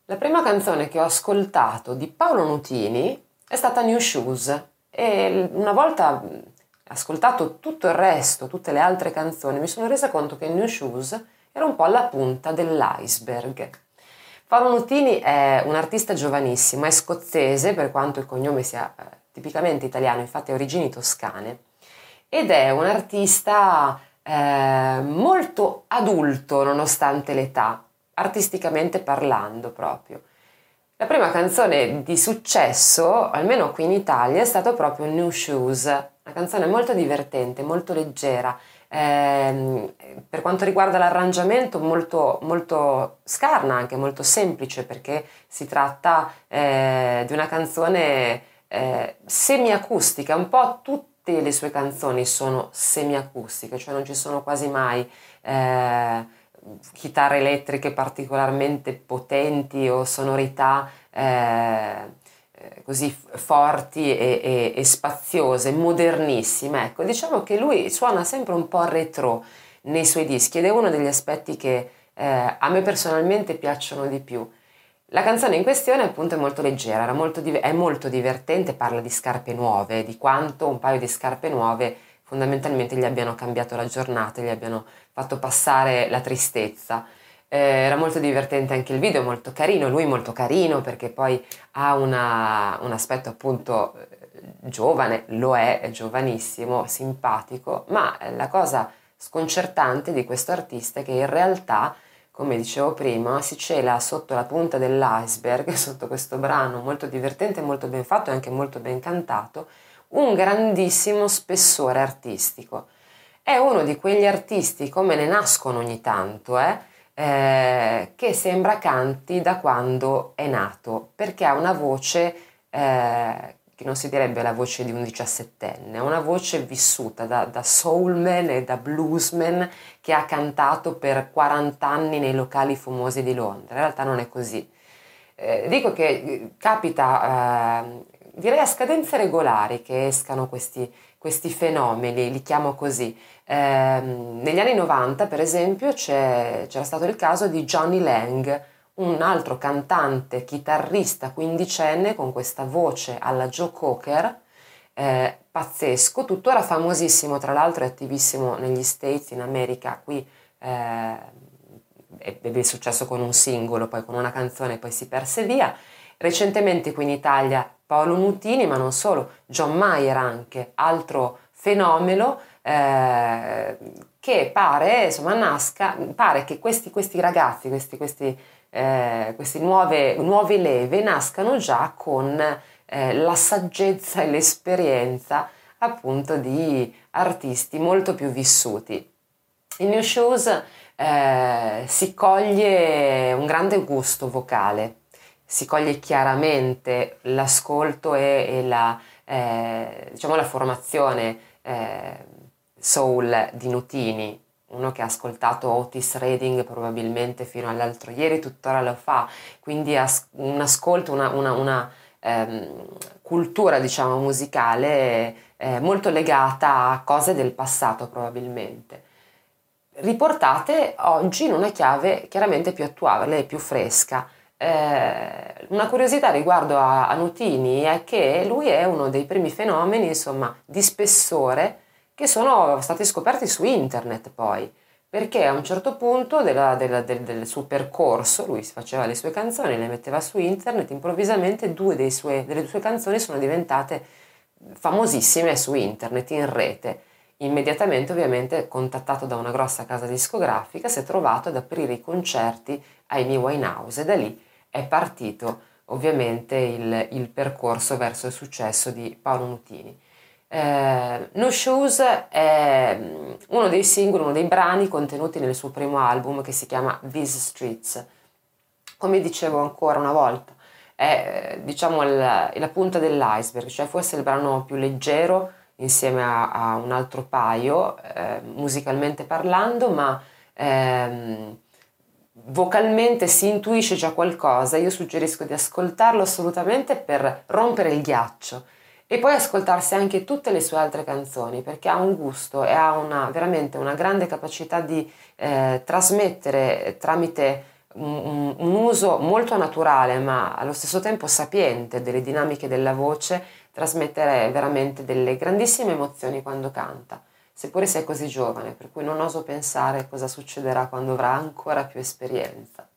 La prima canzone che ho ascoltato di Paolo Nutini è stata New Shoes e una volta ascoltato tutto il resto, tutte le altre canzoni, mi sono resa conto che New Shoes era un po' la punta dell'iceberg. Paolo Nutini è un artista giovanissimo, è scozzese per quanto il cognome sia tipicamente italiano, infatti ha origini toscane, ed è un artista molto adulto nonostante l'età, artisticamente parlando proprio. La prima canzone di successo, almeno qui in Italia, è stata proprio New Shoes, una canzone molto divertente, molto leggera, per quanto riguarda l'arrangiamento molto, molto scarna, anche molto semplice, perché si tratta di una canzone semiacustica, un po' tutte le sue canzoni sono semiacustiche, cioè non ci sono quasi mai chitarre elettriche particolarmente potenti o sonorità così forti e spaziose, modernissime. Ecco, diciamo che lui suona sempre un po' retro nei suoi dischi ed è uno degli aspetti che a me personalmente piacciono di più. La canzone in questione appunto è molto leggera, è molto divertente, parla di scarpe nuove, di quanto un paio di scarpe nuove fondamentalmente gli abbiano cambiato la giornata, gli abbiano fatto passare la tristezza. Era molto divertente anche il video, molto carino, lui molto carino perché poi ha un aspetto appunto giovane, lo è giovanissimo, simpatico, ma la cosa sconcertante di questo artista è che in realtà, come dicevo prima, si cela sotto la punta dell'iceberg, sotto questo brano molto divertente, molto ben fatto e anche molto ben cantato, un grandissimo spessore artistico. È uno di quegli artisti, come ne nascono ogni tanto, che sembra canti da quando è nato, perché ha una voce che non si direbbe la voce di un 17enne, ha una voce vissuta da soulman e da bluesman che ha cantato per 40 anni nei locali fumosi di Londra. In realtà non è così. Dico che capita, direi a scadenze regolari che escano questi fenomeni, li chiamo così. Negli anni 90, per esempio, c'era stato il caso di Johnny Lang, un altro cantante, chitarrista quindicenne con questa voce alla Joe Cocker, pazzesco, tuttora famosissimo, tra l'altro è attivissimo negli States, in America, qui è successo con un singolo, poi con una canzone, poi si perse via. Recentemente qui in Italia Paolo Nutini, ma non solo, John Mayer anche, altro fenomeno che pare, insomma, pare che questi ragazzi, queste nuove leve nascano già con la saggezza e l'esperienza appunto di artisti molto più vissuti. In New Shoes si coglie un grande gusto vocale, si coglie chiaramente l'ascolto e diciamo la formazione soul di Nutini, uno che ha ascoltato Otis Redding probabilmente fino all'altro ieri, tuttora lo fa, quindi un ascolto, una cultura diciamo musicale molto legata a cose del passato probabilmente, riportate oggi in una chiave chiaramente più attuale e più fresca. Una curiosità riguardo a Nutini è che lui è uno dei primi fenomeni, insomma, di spessore che sono stati scoperti su internet poi, perché a un certo punto del suo percorso, lui si faceva le sue canzoni, le metteva su internet, improvvisamente delle sue canzoni sono diventate famosissime su internet, in rete. Immediatamente, ovviamente, contattato da una grossa casa discografica, si è trovato ad aprire i concerti a Amy Winehouse e da lì è partito ovviamente il percorso verso il successo di Paolo Nutini. No Shoes è uno dei singoli, uno dei brani contenuti nel suo primo album che si chiama These Streets. Come dicevo ancora una volta, è diciamo la punta dell'iceberg, cioè forse il brano più leggero insieme a un altro paio, musicalmente parlando, ma vocalmente si intuisce già qualcosa. Io suggerisco di ascoltarlo assolutamente per rompere il ghiaccio e poi ascoltarsi anche tutte le sue altre canzoni, perché ha un gusto e ha veramente una grande capacità di trasmettere tramite un uso molto naturale ma allo stesso tempo sapiente delle dinamiche della voce, trasmettere veramente delle grandissime emozioni quando canta, seppure sei così giovane, per cui non oso pensare cosa succederà quando avrà ancora più esperienza.